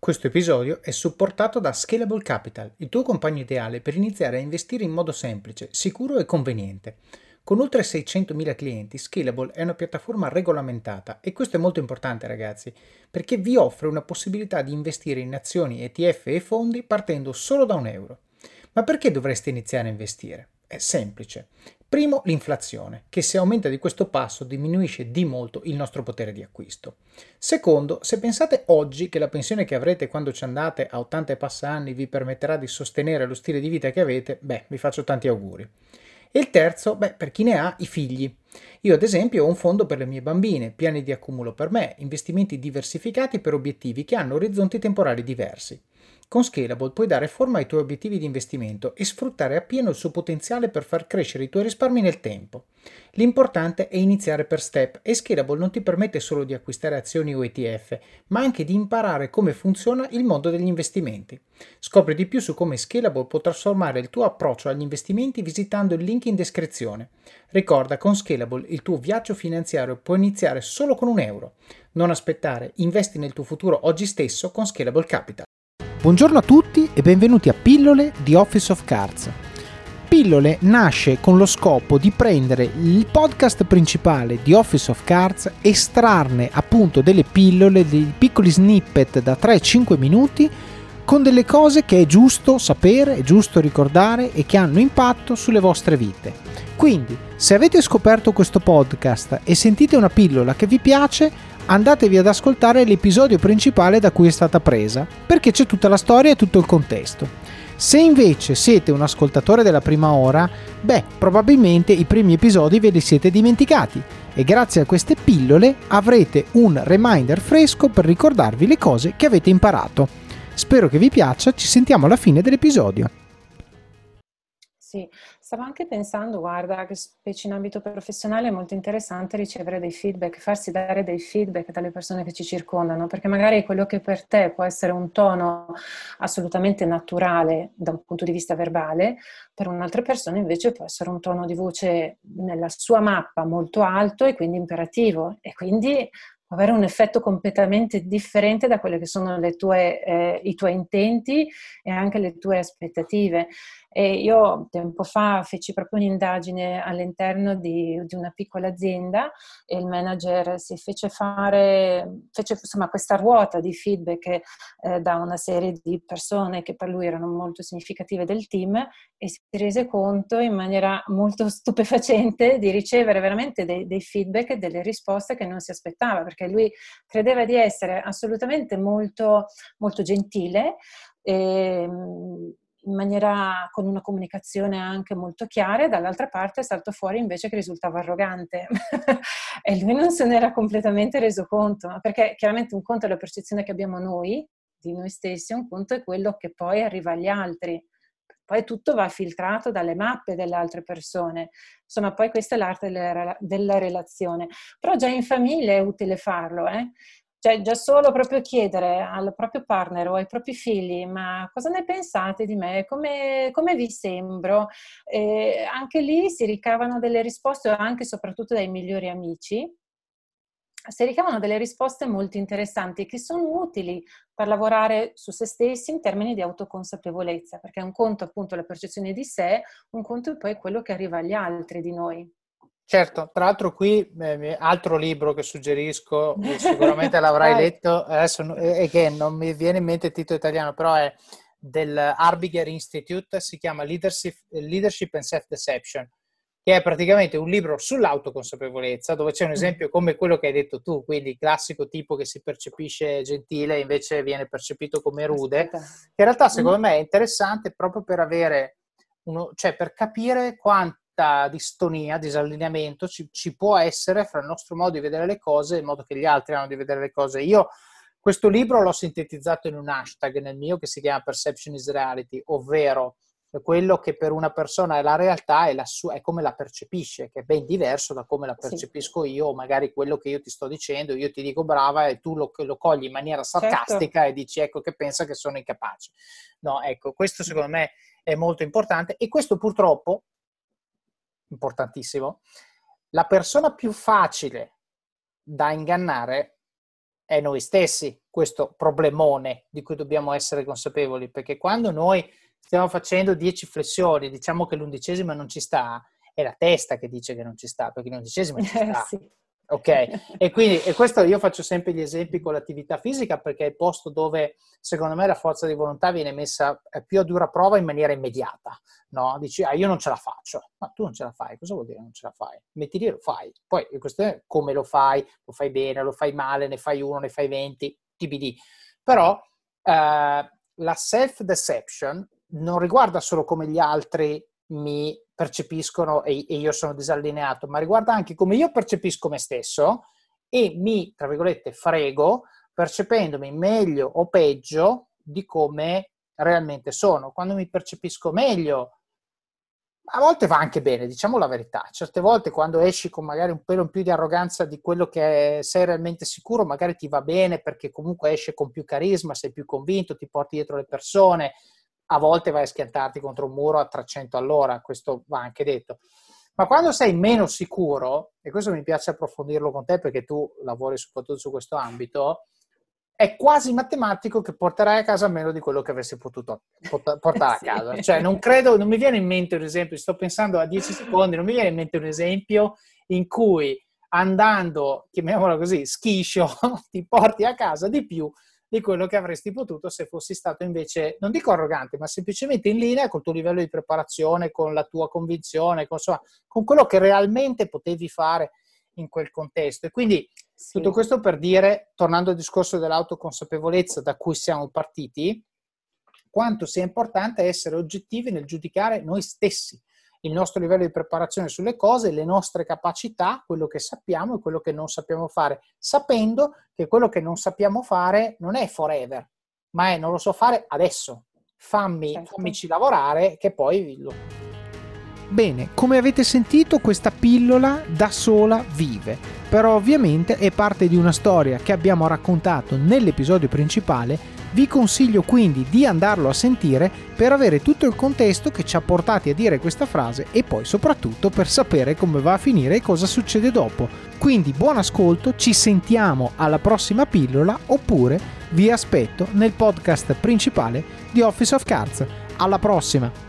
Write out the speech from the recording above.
Questo episodio è supportato da Scalable Capital, il tuo compagno ideale per iniziare a investire in modo semplice, sicuro e conveniente. Con oltre 600.000 clienti, Scalable è una piattaforma regolamentata e questo è molto importante, ragazzi, perché vi offre una possibilità di investire in azioni, ETF e fondi partendo solo da €1. Ma perché dovreste iniziare a investire? È semplice. Primo, l'inflazione, che se aumenta di questo passo diminuisce di molto il nostro potere di acquisto. Secondo, se pensate oggi che la pensione che avrete quando ci andate a 80 e passa anni vi permetterà di sostenere lo stile di vita che avete, vi faccio tanti auguri. E il terzo, per chi ne ha, i figli. Io ad esempio ho un fondo per le mie bambine, piani di accumulo per me, investimenti diversificati per obiettivi che hanno orizzonti temporali diversi. Con Scalable puoi dare forma ai tuoi obiettivi di investimento e sfruttare appieno il suo potenziale per far crescere i tuoi risparmi nel tempo. L'importante è iniziare per step e Scalable non ti permette solo di acquistare azioni o ETF, ma anche di imparare come funziona il mondo degli investimenti. Scopri di più su come Scalable può trasformare il tuo approccio agli investimenti visitando il link in descrizione. Ricorda, con Scalable il tuo viaggio finanziario può iniziare solo con €1. Non aspettare, investi nel tuo futuro oggi stesso con Scalable Capital. Buongiorno a tutti e benvenuti a Pillole di Office of Cards. Pillole nasce con lo scopo di prendere il podcast principale di Office of Cards, estrarne appunto delle pillole, dei piccoli snippet da 3-5 minuti con delle cose che è giusto sapere, è giusto ricordare e che hanno impatto sulle vostre vite. Quindi, se avete scoperto questo podcast e sentite una pillola che vi piace, andatevi ad ascoltare l'episodio principale da cui è stata presa, perché c'è tutta la storia e tutto il contesto. Se invece siete un ascoltatore della prima ora, probabilmente i primi episodi ve li siete dimenticati e grazie a queste pillole avrete un reminder fresco per ricordarvi le cose che avete imparato. Spero che vi piaccia, ci sentiamo alla fine dell'episodio. Sì, stavo anche pensando, guarda, che specie in ambito professionale è molto interessante ricevere dei feedback, farsi dare dei feedback dalle persone che ci circondano, perché magari quello che per te può essere un tono assolutamente naturale da un punto di vista verbale, per un'altra persona invece può essere un tono di voce nella sua mappa molto alto e quindi imperativo, e quindi può avere un effetto completamente differente da quelle che sono i tuoi intenti e anche le tue aspettative. E io tempo fa feci proprio un'indagine all'interno di una piccola azienda e il manager fece insomma questa ruota di feedback da una serie di persone che per lui erano molto significative del team, e si rese conto in maniera molto stupefacente di ricevere veramente dei feedback e delle risposte che non si aspettava, perché lui credeva di essere assolutamente molto, molto gentile, in maniera, con una comunicazione anche molto chiara, e dall'altra parte è salto fuori invece che risultava arrogante e lui non se n'era completamente reso conto, perché chiaramente un conto è la percezione che abbiamo noi di noi stessi, un conto è quello che poi arriva agli altri. Poi tutto va filtrato dalle mappe delle altre persone. Insomma, poi questa è l'arte della relazione. Però già in famiglia è utile farlo, eh? Cioè, già solo proprio chiedere al proprio partner o ai propri figli: ma cosa ne pensate di me? Come vi sembro? Anche lì si ricavano delle risposte, anche e soprattutto dai migliori amici, si ricavano delle risposte molto interessanti che sono utili per lavorare su se stessi in termini di autoconsapevolezza, perché un conto appunto è la percezione di sé, un conto è poi quello che arriva agli altri di noi. Certo, tra l'altro qui altro libro che suggerisco, sicuramente l'avrai letto, adesso e che non mi viene in mente il titolo italiano, però è del Harbinger Institute, si chiama Leadership and Self-Deception, che è praticamente un libro sull'autoconsapevolezza, dove c'è un esempio come quello che hai detto tu, quindi il classico tipo che si percepisce gentile e invece viene percepito come rude, che in realtà secondo me è interessante proprio per avere cioè per capire quanto distonia, disallineamento ci può essere fra il nostro modo di vedere le cose e il modo che gli altri hanno di vedere le cose. Io questo libro l'ho sintetizzato in un hashtag nel mio che si chiama Perception is Reality, ovvero quello che per una persona è la realtà è come la percepisce, che è ben diverso da come la percepisco io, o magari quello che io ti sto dicendo, io ti dico brava e tu lo cogli in maniera sarcastica, certo, e dici ecco che pensa che sono incapace. No, ecco, questo secondo me è molto importante, e questo purtroppo importantissimo, la persona più facile da ingannare è noi stessi questo problemone di cui dobbiamo essere consapevoli, perché quando noi stiamo facendo 10 flessioni, diciamo che l'11ª non ci sta, è la testa che dice che non ci sta, perché l'11ª ci sta. Sì. Ok, e questo io faccio sempre gli esempi con l'attività fisica, perché è il posto dove secondo me la forza di volontà viene messa più a dura prova in maniera immediata, no? Dici, io non ce la faccio, ma tu non ce la fai, cosa vuol dire non ce la fai? Metti lì e lo fai, poi la questione è come lo fai bene, lo fai male, ne fai 1, ne fai 20, TBD, però la self-deception non riguarda solo come gli altri mi percepiscono e io sono disallineato, ma riguarda anche come io percepisco me stesso e mi, tra virgolette, frego percependomi meglio o peggio di come realmente sono. Quando mi percepisco meglio, a volte va anche bene, diciamo la verità. Certe volte quando esci con magari un pelo in più di arroganza di quello che sei realmente sicuro, magari ti va bene perché comunque esce con più carisma, sei più convinto, ti porti dietro le persone. A volte vai a schiantarti contro un muro a 300 all'ora, questo va anche detto. Ma quando sei meno sicuro, e questo mi piace approfondirlo con te perché tu lavori soprattutto su questo ambito, è quasi matematico che porterai a casa meno di quello che avresti potuto portare Sì. a casa. Cioè non mi viene in mente un esempio, sto pensando a 10 secondi, non mi viene in mente un esempio in cui andando, chiamiamolo così, schiscio, ti porti a casa di più di quello che avresti potuto se fossi stato invece, non dico arrogante, ma semplicemente in linea col tuo livello di preparazione, con la tua convinzione, con quello che realmente potevi fare in quel contesto. E quindi tutto questo per dire, tornando al discorso dell'autoconsapevolezza da cui siamo partiti, quanto sia importante essere oggettivi nel giudicare noi stessi, il nostro livello di preparazione sulle cose, le nostre capacità, quello che sappiamo e quello che non sappiamo fare, sapendo che quello che non sappiamo fare non è forever, ma è non lo so fare adesso, fammici lavorare che poi lo... Bene, come avete sentito, questa pillola da sola vive, però ovviamente è parte di una storia che abbiamo raccontato nell'episodio principale. Vi consiglio quindi di andarlo a sentire per avere tutto il contesto che ci ha portati a dire questa frase e poi soprattutto per sapere come va a finire e cosa succede dopo. Quindi buon ascolto, ci sentiamo alla prossima pillola oppure vi aspetto nel podcast principale di Office of Cards. Alla prossima!